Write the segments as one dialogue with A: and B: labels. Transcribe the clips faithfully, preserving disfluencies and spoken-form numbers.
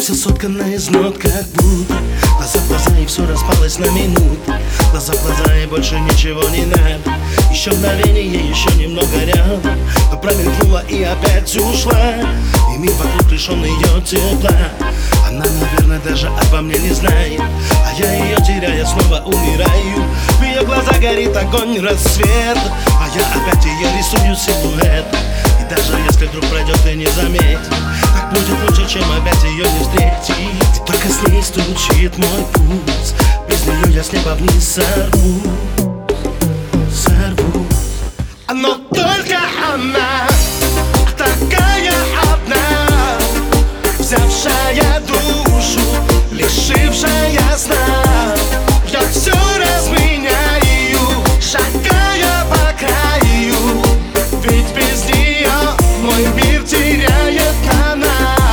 A: Все соткано из нот, как будто глаза в глаза, и все распалось на минуты. Глаза в глаза, и больше ничего не надо. Еще мгновение, еще немного рядом, но промелькнула и опять ушла. И мир вокруг лишен ее тепла. Она, наверное, даже обо мне не знает, а я ее теряя снова умираю. В ее глазах горит огонь, рассвет, а я опять ее рисую силуэт. И даже если вдруг пройдет и не заметит, так будет лучше, чем опять ее не встретить. Только с ней стучит мой пульс, без нее я с неба вниз сорву, сорву. Но только она такая одна, взявшая душу, лишившая сна. Я все разменяю, шагая по краю, ведь без нее мой мир теряет она.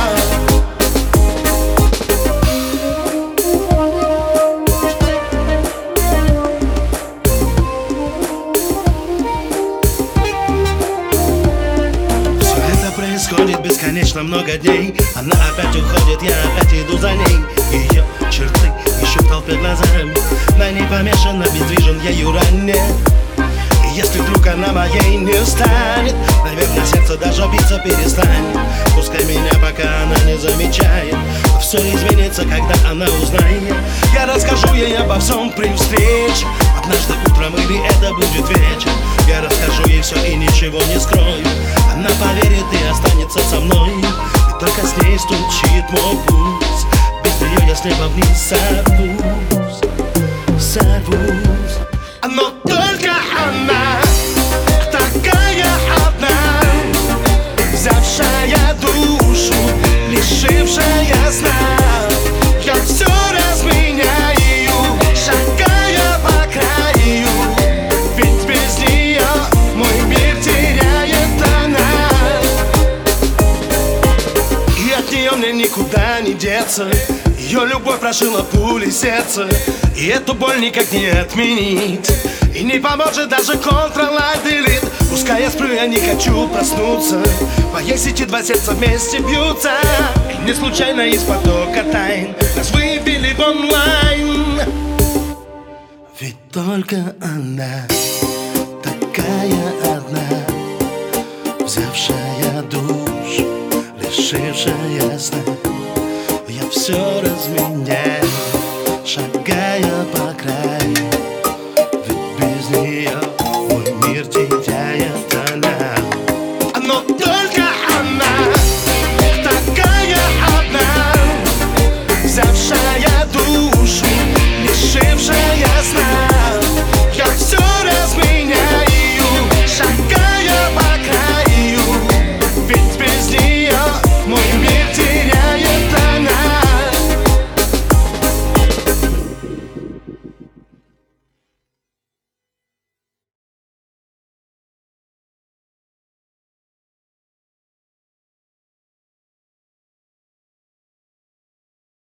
A: Все это происходит бесконечно много дней. Она опять уходит, я опять иду за ней. Ее черты еще в толпе глазами, на ней помешан, обездвижен ею ранее. И если вдруг она моей не станет, наверное, сердце даже биться перестанет. Пускай меня пока она не замечает, но все изменится, когда она узнает. Я расскажу ей обо всем при встрече, однажды утром или это будет вечер. Я расскажу ей все и ничего не скрою. Она поверит и останется со мной, и только с ней стучит мой пульс. Без нее я с неба вниз сорвусь, сорвусь. Но только она такая одна, взявшая душу, лишившая сна. Я все разменяю, шагая по краю, ведь без нее мой мир теряет она. И от нее мне никуда не деться. Ее любовь прошила пулей сердце, и эту боль никак не отменить. И не поможет даже Ctrl-Alt-Delete. Пускай я сплю, я не хочу проснуться. В моей сети два сердца вместе бьются, и не случайно из потока тайн нас выбили в онлайн. Ведь только она такая одна, взявшая душу, лишившая сна.